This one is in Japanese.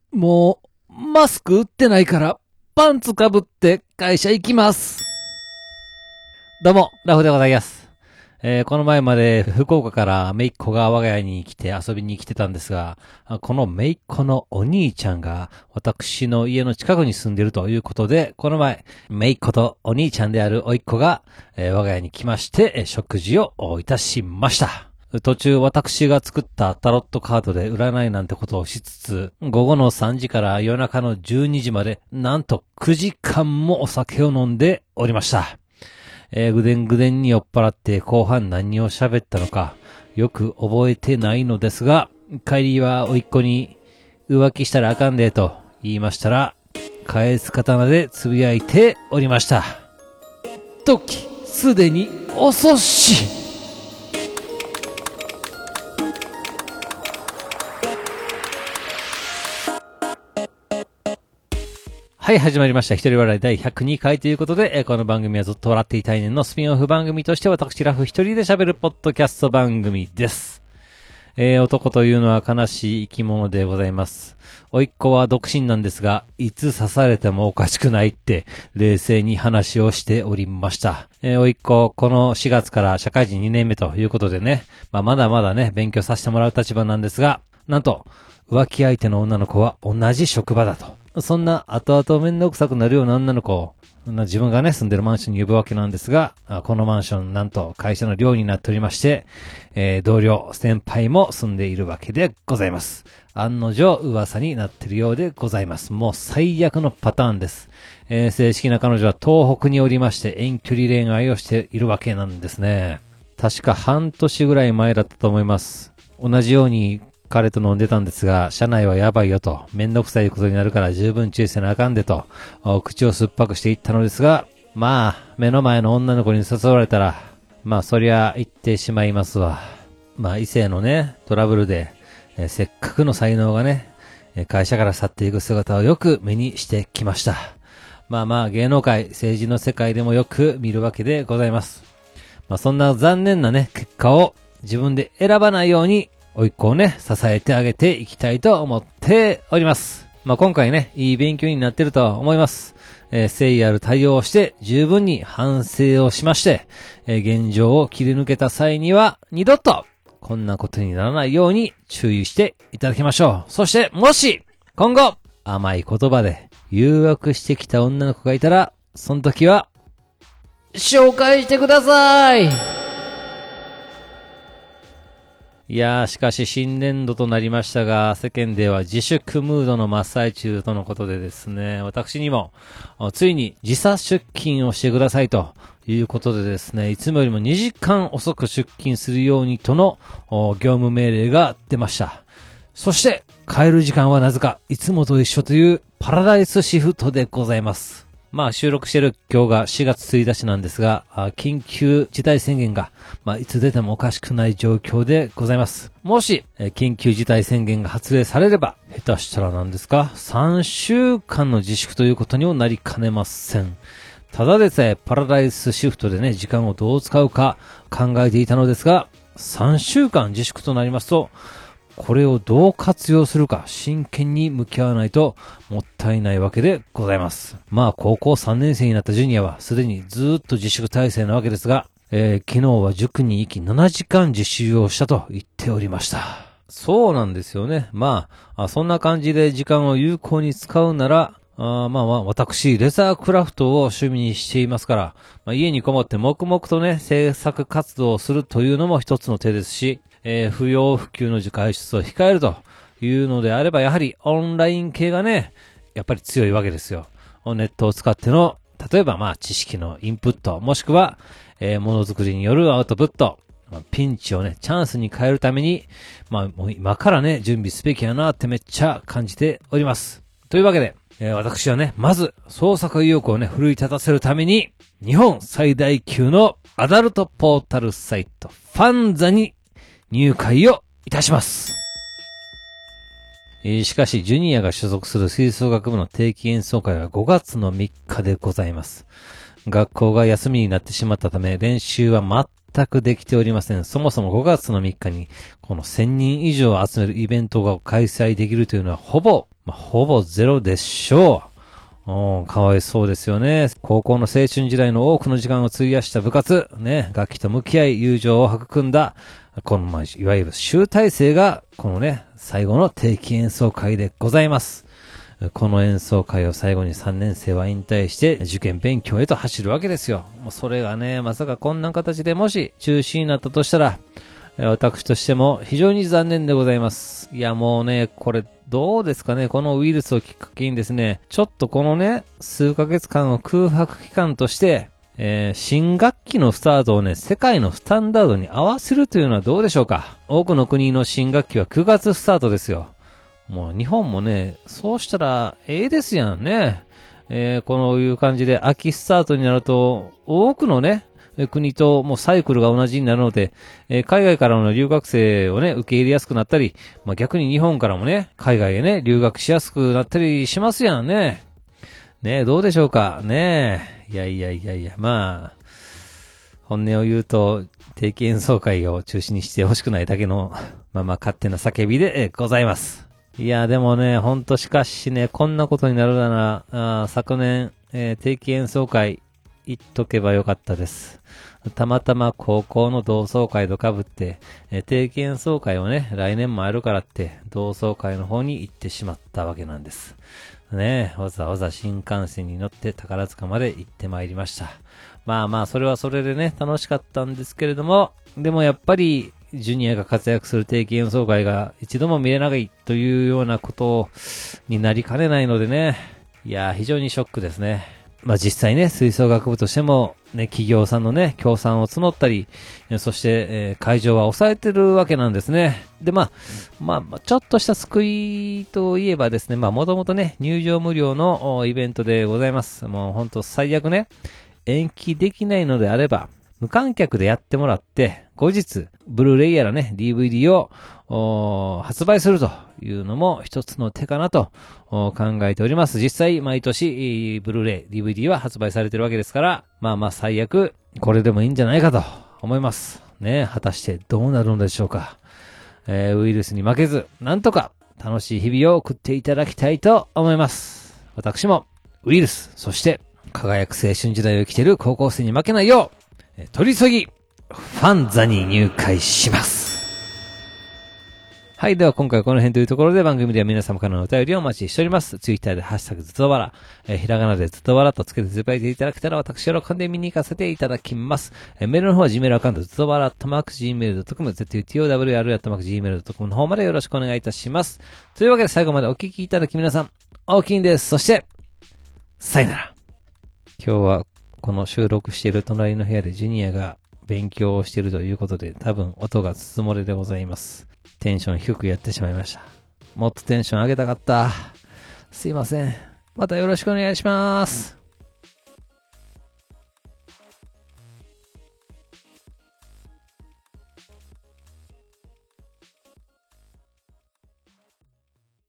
もう、マスク売ってないから、パンツかぶって会社行きます。どうも、ラフでございます。この前まで福岡から姪っ子が我が家に来て遊びに来てたんですが、この姪っ子のお兄ちゃんが私の家の近くに住んでいるということで、この前、姪っ子とお兄ちゃんである甥っ子が、我が家に来まして、食事をいたしました。途中私が作ったタロットカードで占いなんてことをしつつ、午後の3時から夜中の12時まで、なんと9時間もお酒を飲んでおりました。ぐでんぐでんに酔っ払って後半何を喋ったのかよく覚えてないのですが、帰りは甥っ子に浮気したらあかんでと言いましたら、返す刀でつぶやいておりました。時すでに遅し。はい、始まりました。一人笑い第102回ということで、この番組はずっと笑っていたいねんのスピンオフ番組として私ラフ一人で喋るポッドキャスト番組です。男というのは悲しい生き物でございます。甥っ子は独身なんですが、いつ刺されてもおかしくないって冷静に話をしておりました。甥っ子、この4月から社会人2年目ということでね、まだまだね、勉強させてもらう立場なんですが、なんと、浮気相手の女の子は同じ職場だと。そんな後々めんどくさくなるような女の子を自分がね住んでるマンションに呼ぶわけなんですが、このマンションなんと会社の寮になっておりまして、同僚先輩も住んでいるわけでございます。案の定噂になっているようでございます。もう最悪のパターンです。正式な彼女は東北におりまして遠距離恋愛をしているわけなんですね。確か半年ぐらい前だったと思います。同じように彼と飲んでたんですが、社内はやばいよと、めんどくさいことになるから十分注意せなあかんでと、口を酸っぱくしていったのですが、目の前の女の子に誘われたら、そりゃ行ってしまいますわ。異性のね、トラブルで、せっかくの才能がね、会社から去っていく姿をよく目にしてきました。芸能界、政治の世界でもよく見るわけでございます。そんな残念なね、結果を自分で選ばないように、甥っ子をね、支えてあげていきたいと思っております。今回ね、いい勉強になってると思います。誠意ある対応をして十分に反省をしまして、現状を切り抜けた際には二度とこんなことにならないように注意していただきましょう。そしてもし今後甘い言葉で誘惑してきた女の子がいたら、その時は紹介してください。いやー、しかし新年度となりましたが、世間では自粛ムードの真っ最中とのことでですね、私にもついに時差出勤をしてくださいということでですね、いつもよりも2時間遅く出勤するようにとの業務命令が出ました。そして帰る時間はなぜかいつもと一緒というパラダイスシフトでございます。収録してる今日が4月1日なんですが、緊急事態宣言が、いつ出てもおかしくない状況でございます。もし、緊急事態宣言が発令されれば、下手したら何ですか、3週間の自粛ということにもなりかねません。ただでさえパラダイスシフトでね、時間をどう使うか考えていたのですが、3週間自粛となりますと、これをどう活用するか真剣に向き合わないともったいないわけでございます。高校3年生になったジュニアはすでにずっと自粛体制なわけですが、昨日は塾に行き7時間実習をしたと言っておりました。そうなんですよね。そんな感じで時間を有効に使うなら、私、レザークラフトを趣味にしていますから、家にこもって黙々とね、制作活動をするというのも一つの手ですし、不要不急の外出を控えるというのであれば、やはりオンライン系がね、やっぱり強いわけですよ。ネットを使っての、例えば知識のインプット、もしくは、ものづくりによるアウトプット、ピンチをね、チャンスに変えるために、もう今からね、準備すべきやなってめっちゃ感じております。というわけで、私はね、まず創作意欲をね、奮い立たせるために、日本最大級のアダルトポータルサイト、ファンザに入会をいたします。しかし、ジュニアが所属する吹奏楽部の定期演奏会は5月の3日でございます。学校が休みになってしまったため、練習は全くできておりません。そもそも5月の3日に、この1000人以上集めるイベントが開催できるというのはほぼほぼゼロでしょう。かわいそうですよね。高校の青春時代の多くの時間を費やした部活、ね、楽器と向き合い友情を育んだ、この、いわゆる集大成が、このね、最後の定期演奏会でございます。この演奏会を最後に3年生は引退して受験勉強へと走るわけですよ。もうそれがね、まさかこんな形でもし中止になったとしたら、私としても非常に残念でございます。いやもうね、これどうですかね、このウイルスをきっかけにですね、ちょっとこのね、数ヶ月間を空白期間として、新学期のスタートをね、世界のスタンダードに合わせるというのはどうでしょうか。多くの国の新学期は9月スタートですよ。もう日本もね、そうしたらですやんね。こういう感じで秋スタートになると、多くのね、国ともうサイクルが同じになるので、海外からの留学生をね、受け入れやすくなったり、逆に日本からもね、海外へね、留学しやすくなったりしますやんね。ね、どうでしょうかね。いや、本音を言うと、定期演奏会を中止にしてほしくないだけの、勝手な叫びで、ございます。いや、でもね、ほんとしかしね、こんなことになるなら、昨年、定期演奏会、行っとけばよかったです。たまたま高校の同窓会と被って、定期演奏会をね、来年もあるからって、同窓会の方に行ってしまったわけなんです。ねえ、わざわざ新幹線に乗って宝塚まで行ってまいりました。それはそれでね、楽しかったんですけれども、でもやっぱり、ジュニアが活躍する定期演奏会が一度も見れないというようなことになりかねないのでね。いやー、非常にショックですね。実際ね、吹奏楽部としても、ね、企業さんのね、協賛を募ったり、そして、会場は抑えてるわけなんですね。で、ちょっとした救いといえばですね、もともとね、入場無料のイベントでございます。もうほんと最悪ね、延期できないのであれば、無観客でやってもらって、後日、ブルーレイやらね、DVD を発売するというのも一つの手かなと考えております。実際、毎年、ブルーレイ、DVD は発売されてるわけですから、最悪、これでもいいんじゃないかと思います。ね、果たしてどうなるのでしょうか。ウイルスに負けず、なんとか楽しい日々を送っていただきたいと思います。私も、ウイルス、そして輝く青春時代を生きている高校生に負けないよう、取り急ぎ、ファンザに入会します。はい。では今回はこの辺というところで番組では皆様からのお便りをお待ちしております。ツイッターでハッシュタグずっとわら、ひらがなでずっとわらとつけてつぶやいていただけたら私喜んで見に行かせていただきます。メールの方は Gmail アカウントずっとわら@gmail.com zutowr@gmail.com の方までよろしくお願いいたします。というわけで最後までお聞きいただき皆さん、大きいんです。そして、さよなら。今日はこの収録している隣の部屋でジュニアが勉強をしているということで多分音が筒漏れでございます。テンション低くやってしまいました。もっとテンション上げたかった。すいません。またよろしくお願いします。